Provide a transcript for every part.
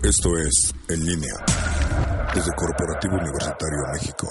Esto es En Línea, desde Corporativo Universitario México.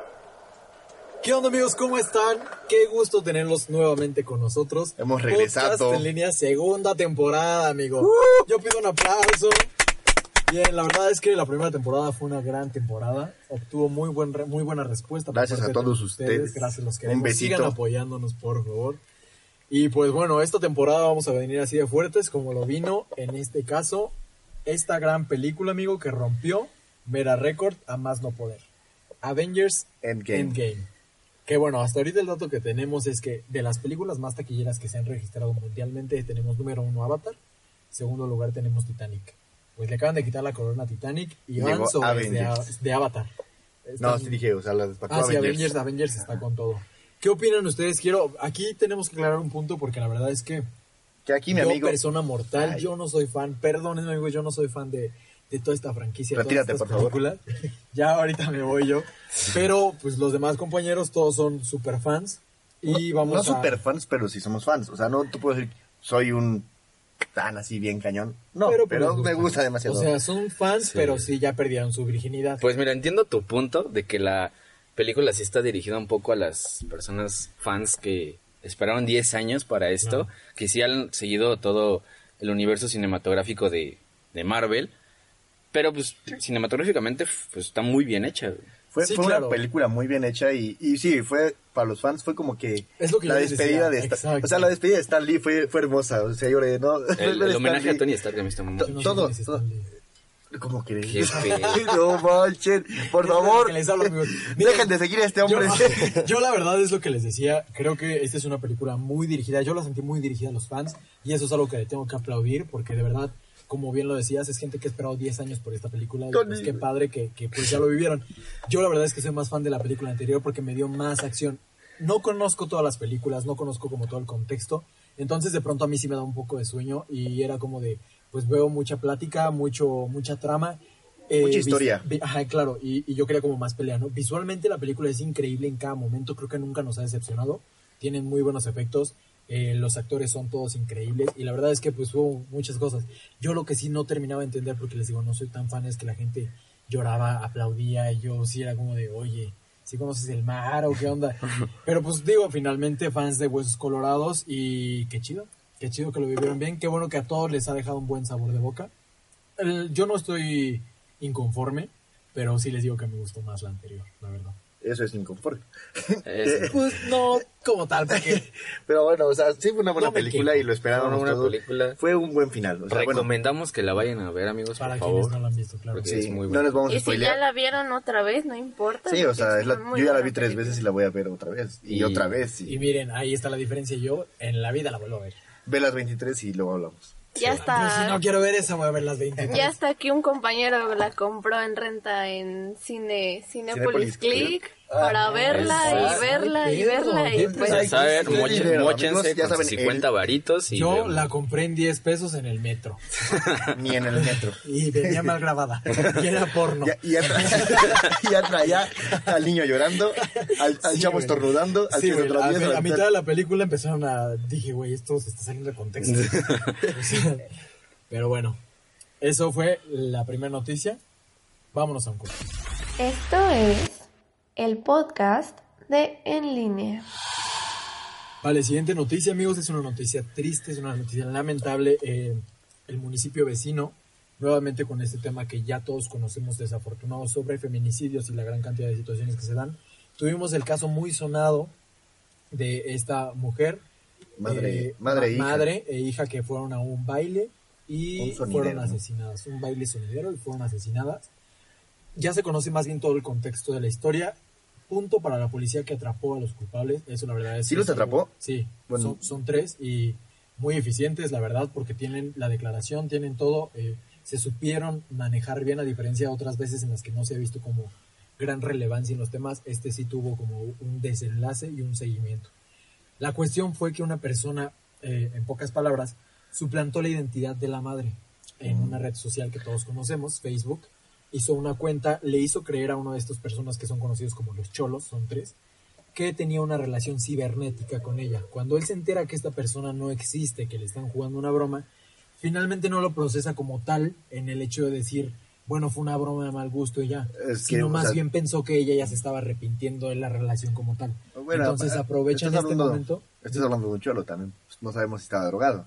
¿Qué onda, amigos? ¿Cómo están? Qué gusto tenerlos nuevamente con nosotros. Hemos regresado. Podcast En Línea, segunda temporada, amigo. Yo pido un aplauso. Bien, la verdad es que la primera temporada fue una gran temporada. Obtuvo muy buena respuesta. Gracias a todos ustedes. Gracias, los queremos. Un besito. Sigan apoyándonos, por favor. Y pues bueno, esta temporada vamos a venir así de fuertes como lo vino, en este caso, esta gran película, amigo, que rompió mera récord a más no poder. Avengers Endgame. Que bueno, hasta ahorita el dato que tenemos es que de las películas más taquilleras que se han registrado mundialmente tenemos número 1 Avatar, segundo lugar tenemos Titanic. Pues le acaban de quitar la corona a Titanic y van sobre de Avatar. No, sí dije, o sea, las sí, Avengers está con todo. ¿Qué opinan ustedes? Aquí tenemos que aclarar un punto porque la verdad es que aquí mi amigo, persona mortal, yo no soy fan, perdónenme, amigos, yo no soy fan de toda esta franquicia. Retírate, por favor. Ya ahorita me voy yo. Pero pues los demás compañeros todos son super fans y no super fans, pero sí somos fans. O sea, no tú puedes decir soy un tan así bien cañón. No, pero me gusta demasiado. O sea, son fans, sí. Pero sí ya perdieron su virginidad. Pues mira, entiendo tu punto de que la película sí está dirigida un poco a las personas fans que esperaron 10 años para esto, que sí han seguido todo el universo cinematográfico de Marvel, pero pues cinematográficamente pues está muy bien hecha. Fue una película muy bien hecha y sí, fue para los fans, fue como que la despedida de esta, o sea, la despedida de Stan Lee fue hermosa, o sea, lloré, ¿no? El homenaje a Tony Stark me está muy todo. ¿Cómo crees? No manchen, por favor, dejen de seguir a este hombre. Yo la verdad es lo que les decía, creo que esta es una película muy dirigida, yo la sentí muy dirigida a los fans y eso es algo que le tengo que aplaudir porque de verdad, como bien lo decías, es gente que ha esperado 10 años por esta película y pues qué padre que pues ya lo vivieron. Yo la verdad es que soy más fan de la película anterior porque me dio más acción. No conozco todas las películas, no conozco como todo el contexto, entonces de pronto a mí sí me da un poco de sueño y era como de, pues veo mucha plática, mucha trama. Mucha historia. Ajá, claro, y yo quería como más pelea, ¿no? Visualmente la película es increíble en cada momento, creo que nunca nos ha decepcionado, tienen muy buenos efectos, los actores son todos increíbles y la verdad es que pues hubo muchas cosas. Yo lo que sí no terminaba de entender, porque les digo, no soy tan fan, es que la gente lloraba, aplaudía y yo sí era como de, oye, ¿sí conoces el mar o qué onda? Pero pues digo, finalmente fans de Huesos Colorados y qué chido que lo vivieron bien, qué bueno que a todos les ha dejado un buen sabor de boca. Yo no estoy inconforme, pero sí les digo que me gustó más la anterior, la verdad. Eso es inconforme. Pues no como tal, porque... Pero bueno, o sea, sí fue una buena película y lo esperaron una película. Fue un buen final. O sea, recomendamos que la vayan a ver, amigos, para por favor. Quienes no la han visto, claro. Sí, es muy no les vamos a y spoilear. si ya la vieron otra vez, no importa. Sí, o sea, yo ya la vi 3 veces y la voy a ver otra vez. Y otra vez. Y miren, ahí está la diferencia. Yo en la vida la vuelvo a ver. Ve las 23 y luego hablamos. Ya está. Pero si no quiero ver esa, voy a ver las 23. Ya está aquí un compañero la compró en renta en Cinépolis Click para verla y verla y verla y pues ya saben, móchense ya saben, 50 varitos y yo la compré en 10 pesos en el metro. Ni en el metro. Y venía mal grabada. Y era porno. Ya traía al niño llorando, al chavo estornudando, al sí, chavo a mitad de la película empezaron dije, güey, esto se está saliendo de contexto. Pero bueno, eso fue la primera noticia. Vámonos a un corte. Esto es el podcast de En Línea. Vale, siguiente noticia, amigos, es una noticia triste, es una noticia lamentable. El municipio vecino, nuevamente con este tema que ya todos conocemos desafortunado sobre feminicidios y la gran cantidad de situaciones que se dan. Tuvimos el caso muy sonado de esta mujer, madre e hija que fueron a un baile y fueron asesinadas. Un baile sonidero y fueron asesinadas. Ya se conoce más bien todo el contexto de la historia. Punto para la policía que atrapó a los culpables. Eso la verdad es... ¿Sí los atrapó? Sí, bueno. son 3 y muy eficientes, la verdad, porque tienen la declaración, tienen todo. Se supieron manejar bien, a diferencia de otras veces en las que no se ha visto como gran relevancia en los temas. Este sí tuvo como un desenlace y un seguimiento. La cuestión fue que una persona, en pocas palabras, suplantó la identidad de la madre en una red social que todos conocemos, Facebook. Hizo una cuenta, le hizo creer a una de estas personas que son conocidos como los cholos, son 3, que tenía una relación cibernética con ella. Cuando él se entera que esta persona no existe, que le están jugando una broma, finalmente no lo procesa como tal en el hecho de decir, bueno, fue una broma de mal gusto y ya, sino más bien pensó que ella ya se estaba arrepintiendo de la relación como tal. Bueno, entonces aprovechan este momento. Estás hablando de un cholo también, pues no sabemos si estaba drogado.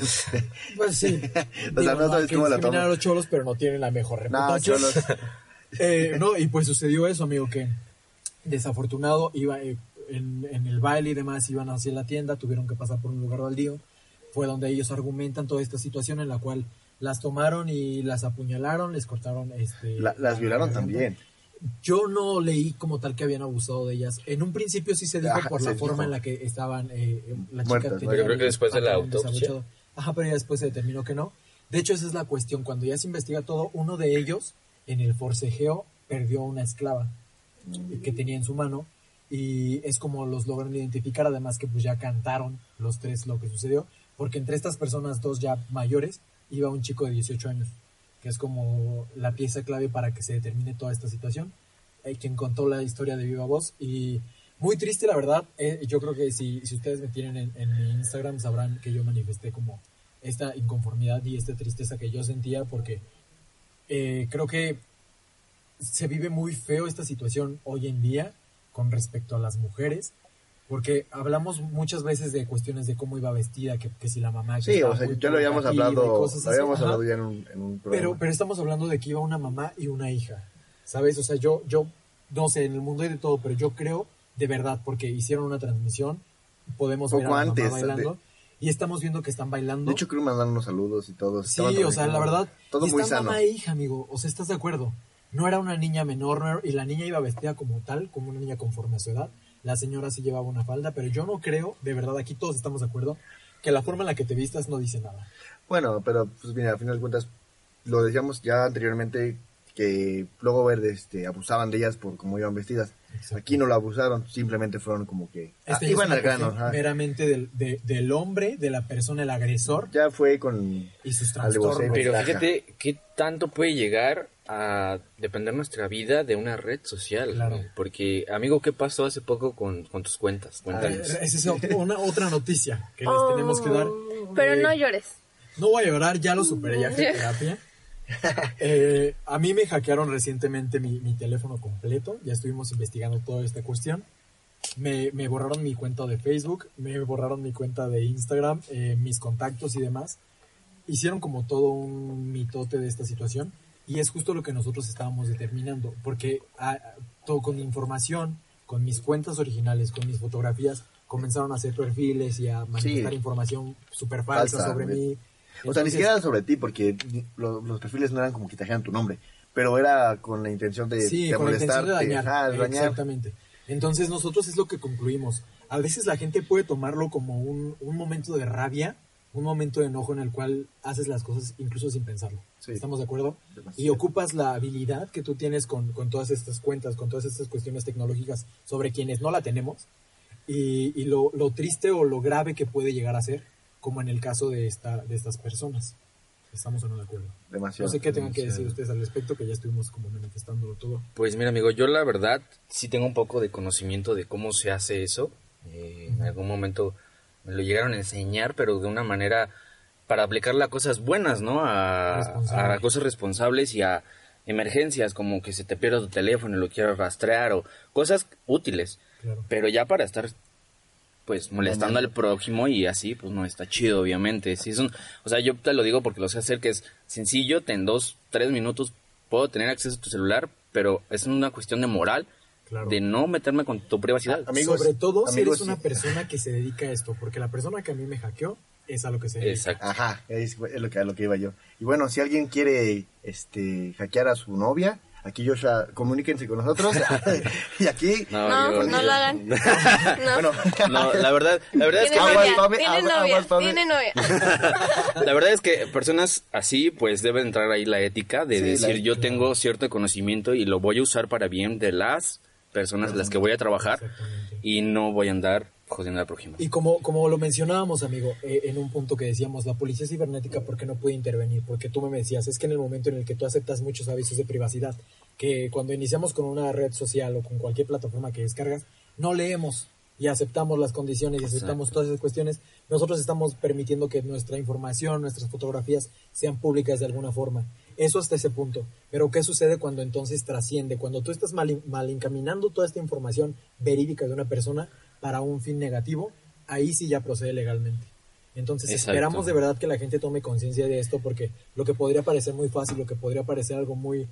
Pues sí. O sea, no sabes cómo la toma. A los cholos, pero no tienen la mejor reputación. No, cholos. No, y pues sucedió eso, amigo, que desafortunado iba en el baile y demás, iban hacia la tienda, tuvieron que pasar por un lugar baldío. Fue donde ellos argumentan toda esta situación en la cual las tomaron y las apuñalaron, les cortaron las violaron también. Yo no leí como tal que habían abusado de ellas. En un principio sí se dijo por la forma en la que estaban la muertas, chica. Yo creo que después de la autopsia. Pero ya después se determinó que no. De hecho, esa es la cuestión. Cuando ya se investiga todo, uno de ellos en el forcejeo perdió una esclava que tenía en su mano y es como los logran identificar, además que pues ya cantaron los tres lo que sucedió, porque entre estas personas dos ya mayores iba un chico de 18 años, que es como la pieza clave para que se determine toda esta situación, quien contó la historia de viva voz. Y muy triste, la verdad. Yo creo que si ustedes me tienen en mi Instagram sabrán que yo manifesté como esta inconformidad y esta tristeza que yo sentía, porque creo que se vive muy feo esta situación hoy en día con respecto a las mujeres, porque hablamos muchas veces de cuestiones de cómo iba vestida, que si la mamá... Sí, o sea, ya lo habíamos hablado, ya en un programa. Pero estamos hablando de que iba una mamá y una hija, ¿sabes? O sea, yo no sé, en el mundo hay de todo, pero yo creo, de verdad, porque hicieron una transmisión, podemos ver a la mamá bailando, y estamos viendo que están bailando. De hecho, creo que mandaron unos saludos y todo. Sí, o sea, la verdad, todo muy sano. Mamá e hija, amigo, o sea, ¿estás de acuerdo? No era una niña menor, y la niña iba vestida como tal, como una niña conforme a su edad. La señora sí llevaba una falda, pero yo no creo, de verdad, aquí todos estamos de acuerdo, que la forma en la que te vistas no dice nada. Bueno, pero pues mira, al final de cuentas, lo decíamos ya anteriormente, que luego abusaban de ellas por cómo iban vestidas. Exacto. Aquí no lo abusaron, simplemente fueron como que iban al grano. Meramente del hombre, de la persona, el agresor. Ya fue con... Y sus trastornos. Pero fíjate qué tanto puede llegar a depender nuestra vida de una red social. Claro. Porque, amigo, ¿qué pasó hace poco con tus cuentas? Cuéntanos. Esa es otra noticia que les tenemos que dar. Pero no llores. No voy a llorar, ya lo superé, ya fui a terapia. A mí me hackearon recientemente mi teléfono completo. Ya estuvimos investigando toda esta cuestión. Me borraron mi cuenta de Facebook, me borraron mi cuenta de Instagram, mis contactos y demás. Hicieron como todo un mitote de esta situación. Y es justo lo que nosotros estábamos determinando, porque todo con información, con mis cuentas originales, con mis fotografías, comenzaron a hacer perfiles y a manifestar información súper falsa sobre mí. Entonces, o sea, ni siquiera era sobre ti, porque los perfiles no eran como que te dejaran tu nombre, pero era con la intención de con molestarte, la intención de dañar. Exactamente. Entonces nosotros es lo que concluimos. A veces la gente puede tomarlo como un momento de rabia, un momento de enojo en el cual haces las cosas incluso sin pensarlo. Sí. ¿Estamos de acuerdo? Demasiado. Y ocupas la habilidad que tú tienes con todas estas cuentas, con todas estas cuestiones tecnológicas sobre quienes no la tenemos, y lo triste o lo grave que puede llegar a ser, como en el caso de estas personas. Estamos o no de acuerdo. Demasiado. No sé qué tengan que decir ustedes al respecto, que ya estuvimos como manifestándolo todo. Pues mira, amigo, yo la verdad sí tengo un poco de conocimiento de cómo se hace eso. En algún momento me lo llegaron a enseñar, pero de una manera para aplicarla a cosas buenas, ¿no? A cosas responsables y a emergencias, como que se te pierda tu teléfono y lo quieras rastrear, o cosas útiles. Claro. Pero ya para estar pues molestando al prójimo y así, pues no está chido, obviamente. Sí, o sea, yo te lo digo porque lo sé hacer, que es sencillo, en 2-3 minutos puedo tener acceso a tu celular, pero es una cuestión de moral. Claro. De no meterme con tu privacidad. Amigos, sobre todo si eres una persona que se dedica a esto, porque la persona que a mí me hackeó es a lo que se dedica. Exacto. Ajá, es a lo que iba yo. Y bueno, si alguien quiere hackear a su novia, aquí Joshua, comuníquense con nosotros. Y aquí no lo hagan. Bueno, no, la verdad es que tiene novia. La verdad es que personas así pues deben entrar ahí la ética de decir yo tengo cierto conocimiento y lo voy a usar para bien de las personas de las que voy a trabajar y no voy a andar jodiendo al prójimo. Y como lo mencionábamos, amigo, en un punto que decíamos, la policía cibernética, ¿por qué no puede intervenir? Porque tú me decías, es que en el momento en el que tú aceptas muchos avisos de privacidad, que cuando iniciamos con una red social o con cualquier plataforma que descargas, no leemos y aceptamos las condiciones y aceptamos todas esas cuestiones, nosotros estamos permitiendo que nuestra información, nuestras fotografías sean públicas de alguna forma. Eso hasta ese punto. Pero ¿qué sucede cuando entonces trasciende? Cuando tú estás mal encaminando toda esta información verídica de una persona para un fin negativo, ahí sí ya procede legalmente. Entonces esperamos de verdad que la gente tome conciencia de esto, porque lo que podría parecer muy fácil, lo que podría parecer algo muy,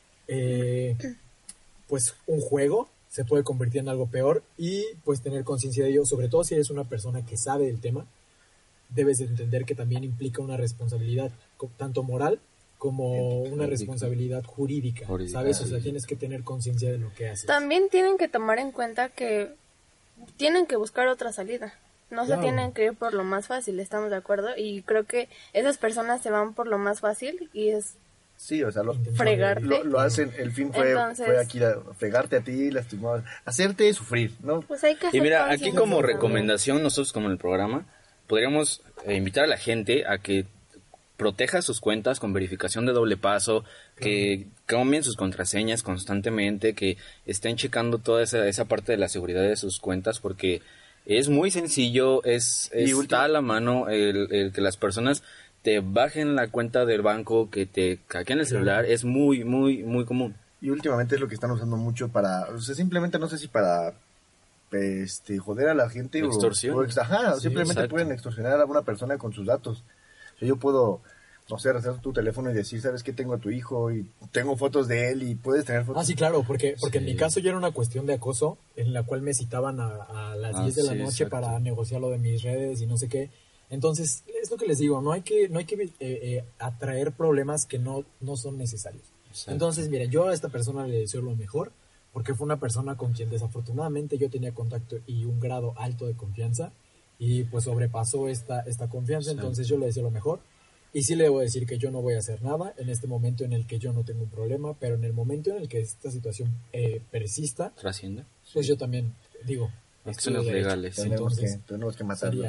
pues un juego, se puede convertir en algo peor, y pues tener conciencia de ello, sobre todo si eres una persona que sabe del tema, debes de entender que también implica una responsabilidad, tanto moral como una responsabilidad jurídica, ¿sabes? O sea, tienes que tener conciencia de lo que haces. También tienen que tomar en cuenta que tienen que buscar otra salida. No se tienen que ir por lo más fácil, ¿estamos de acuerdo? Y creo que esas personas se van por lo más fácil y es sí, o sea, fregarte. Lo hacen, el fin fue aquí fregarte a ti, lastimar, hacerte sufrir, ¿no? Pues hay que hacer. Y mira, aquí como recomendación, nosotros como en el programa, podríamos invitar a la gente a que proteja sus cuentas con verificación de doble paso, que cambien sus contraseñas constantemente, que estén checando toda esa parte de la seguridad de sus cuentas, porque es muy sencillo, está a la mano el que las personas te bajen la cuenta del banco, que te hackeen el celular, es muy, muy, muy común. Y últimamente es lo que están usando mucho para, o sea, simplemente no sé si para joder a la gente extorsión. Simplemente pueden extorsionar a una persona con sus datos. O sea, yo puedo, no sé, hacer tu teléfono y decir, ¿sabes qué? Tengo a tu hijo y tengo fotos de él y puedes tener fotos. Ah, sí, claro, porque en mi caso ya era una cuestión de acoso, en la cual me citaban a las 10 de la noche para negociar lo de mis redes y no sé qué. Entonces, es lo que les digo, no hay que atraer problemas que no son necesarios. Exacto. Entonces, mira, yo a esta persona le deseo lo mejor, porque fue una persona con quien desafortunadamente yo tenía contacto y un grado alto de confianza, y pues sobrepasó esta confianza. Exacto. Entonces yo le deseo lo mejor, y sí le debo decir que yo no voy a hacer nada en este momento en el que yo no tengo un problema, pero en el momento en el que esta situación persista, trascienda, pues yo también digo, acciones legales. Tenemos que matarlo.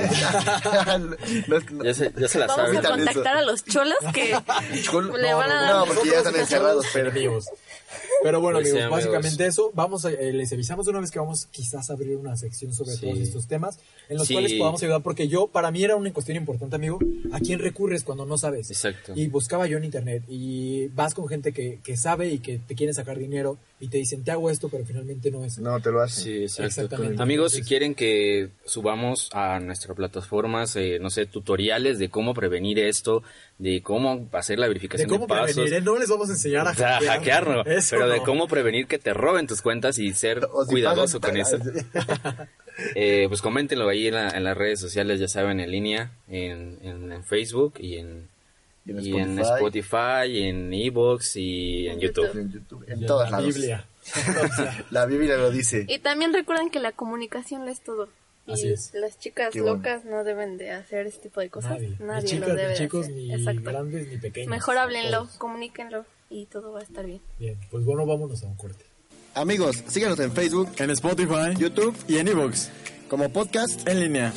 Ya se la saben. Vamos a contactar a los cholos que le van a dar. No, porque ya están encerrados, pero bueno, amigos, básicamente eso. Les avisamos de una vez que vamos quizás a abrir una sección sobre todos estos temas en los cuales podamos ayudar, porque para mí era una cuestión importante, amigo. ¿A quién recurres cuando no sabes? Exacto. Y buscaba yo en internet y vas con gente que sabe y que te quieren sacar dinero y te dicen, te hago esto, pero finalmente no es. No, te lo hacen. Sí, exactamente. Amigos, si quieren que subamos a nuestras plataformas, no sé, tutoriales de cómo prevenir esto, de cómo hacer la verificación de pasos. Prevenir, no les vamos a enseñar a hackearnos, pero de cómo prevenir que te roben tus cuentas y ser cuidadoso con eso. Pues coméntenlo ahí en las redes sociales, ya saben, en línea, en Facebook y en Spotify, y en iVoox y en YouTube. En todas las Biblia. La Biblia lo dice. Y también recuerden que la comunicación lo es todo. Y así es. Las chicas locas no deben de hacer este tipo de cosas. Nadie lo debe ni chicos, de hacer. Ni grandes, ni pequeños. Mejor háblenlo, comuníquenlo y todo va a estar bien. Bien, pues bueno, vámonos a un corte. Amigos, síganos en Facebook, en Spotify, YouTube y en iVoox como podcast en línea.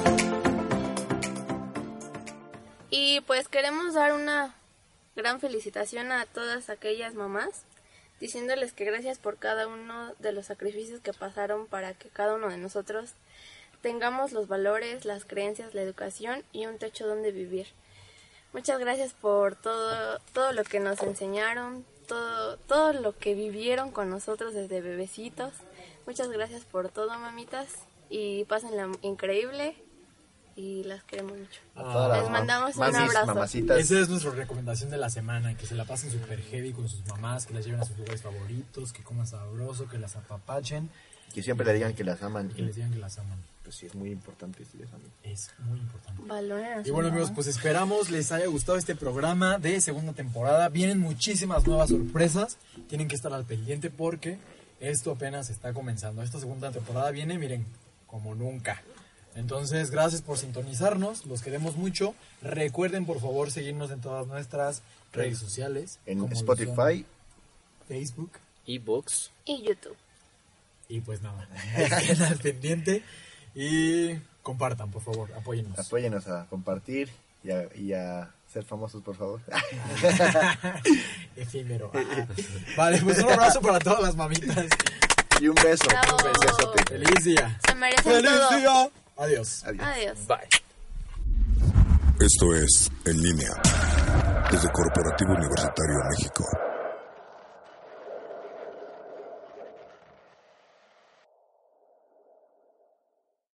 Y pues queremos dar una gran felicitación a todas aquellas mamás, diciéndoles que gracias por cada uno de los sacrificios que pasaron para que cada uno de nosotros tengamos los valores, las creencias, la educación y un techo donde vivir. Muchas gracias por todo lo que nos enseñaron, todo lo que vivieron con nosotros desde bebecitos. Muchas gracias por todo, mamitas, y pásenla increíble. Y las queremos mucho. Les mandamos un abrazo. Mamacitas. Esa es nuestra recomendación de la semana, que se la pasen súper heavy con sus mamás, que las lleven a sus lugares favoritos, que coman sabroso, que las apapachen. Que siempre le digan que las aman. Que les digan que las aman. Pues sí, es muy importante si les aman. Es muy importante. Valoren. Y bueno, amigos, pues esperamos les haya gustado este programa de segunda temporada. Vienen muchísimas nuevas sorpresas. Tienen que estar al pendiente porque esto apenas está comenzando. Esta segunda temporada viene, miren, como nunca. Entonces, gracias por sintonizarnos, los queremos mucho. Recuerden, por favor, seguirnos en todas nuestras redes sociales. En Spotify, Facebook, iVoox y YouTube. Y pues nada, estén al pendiente y compartan, por favor, apóyennos. Apóyennos a compartir y a ser famosos, por favor. Efímero. Vale, pues un abrazo para todas las mamitas. Y un beso. Bravo. Un besote. ¡Feliz día! Se merecen ¡Feliz todo. día! Adiós. Adiós. Bye. Esto es En Línea, desde Corporativo Universitario México.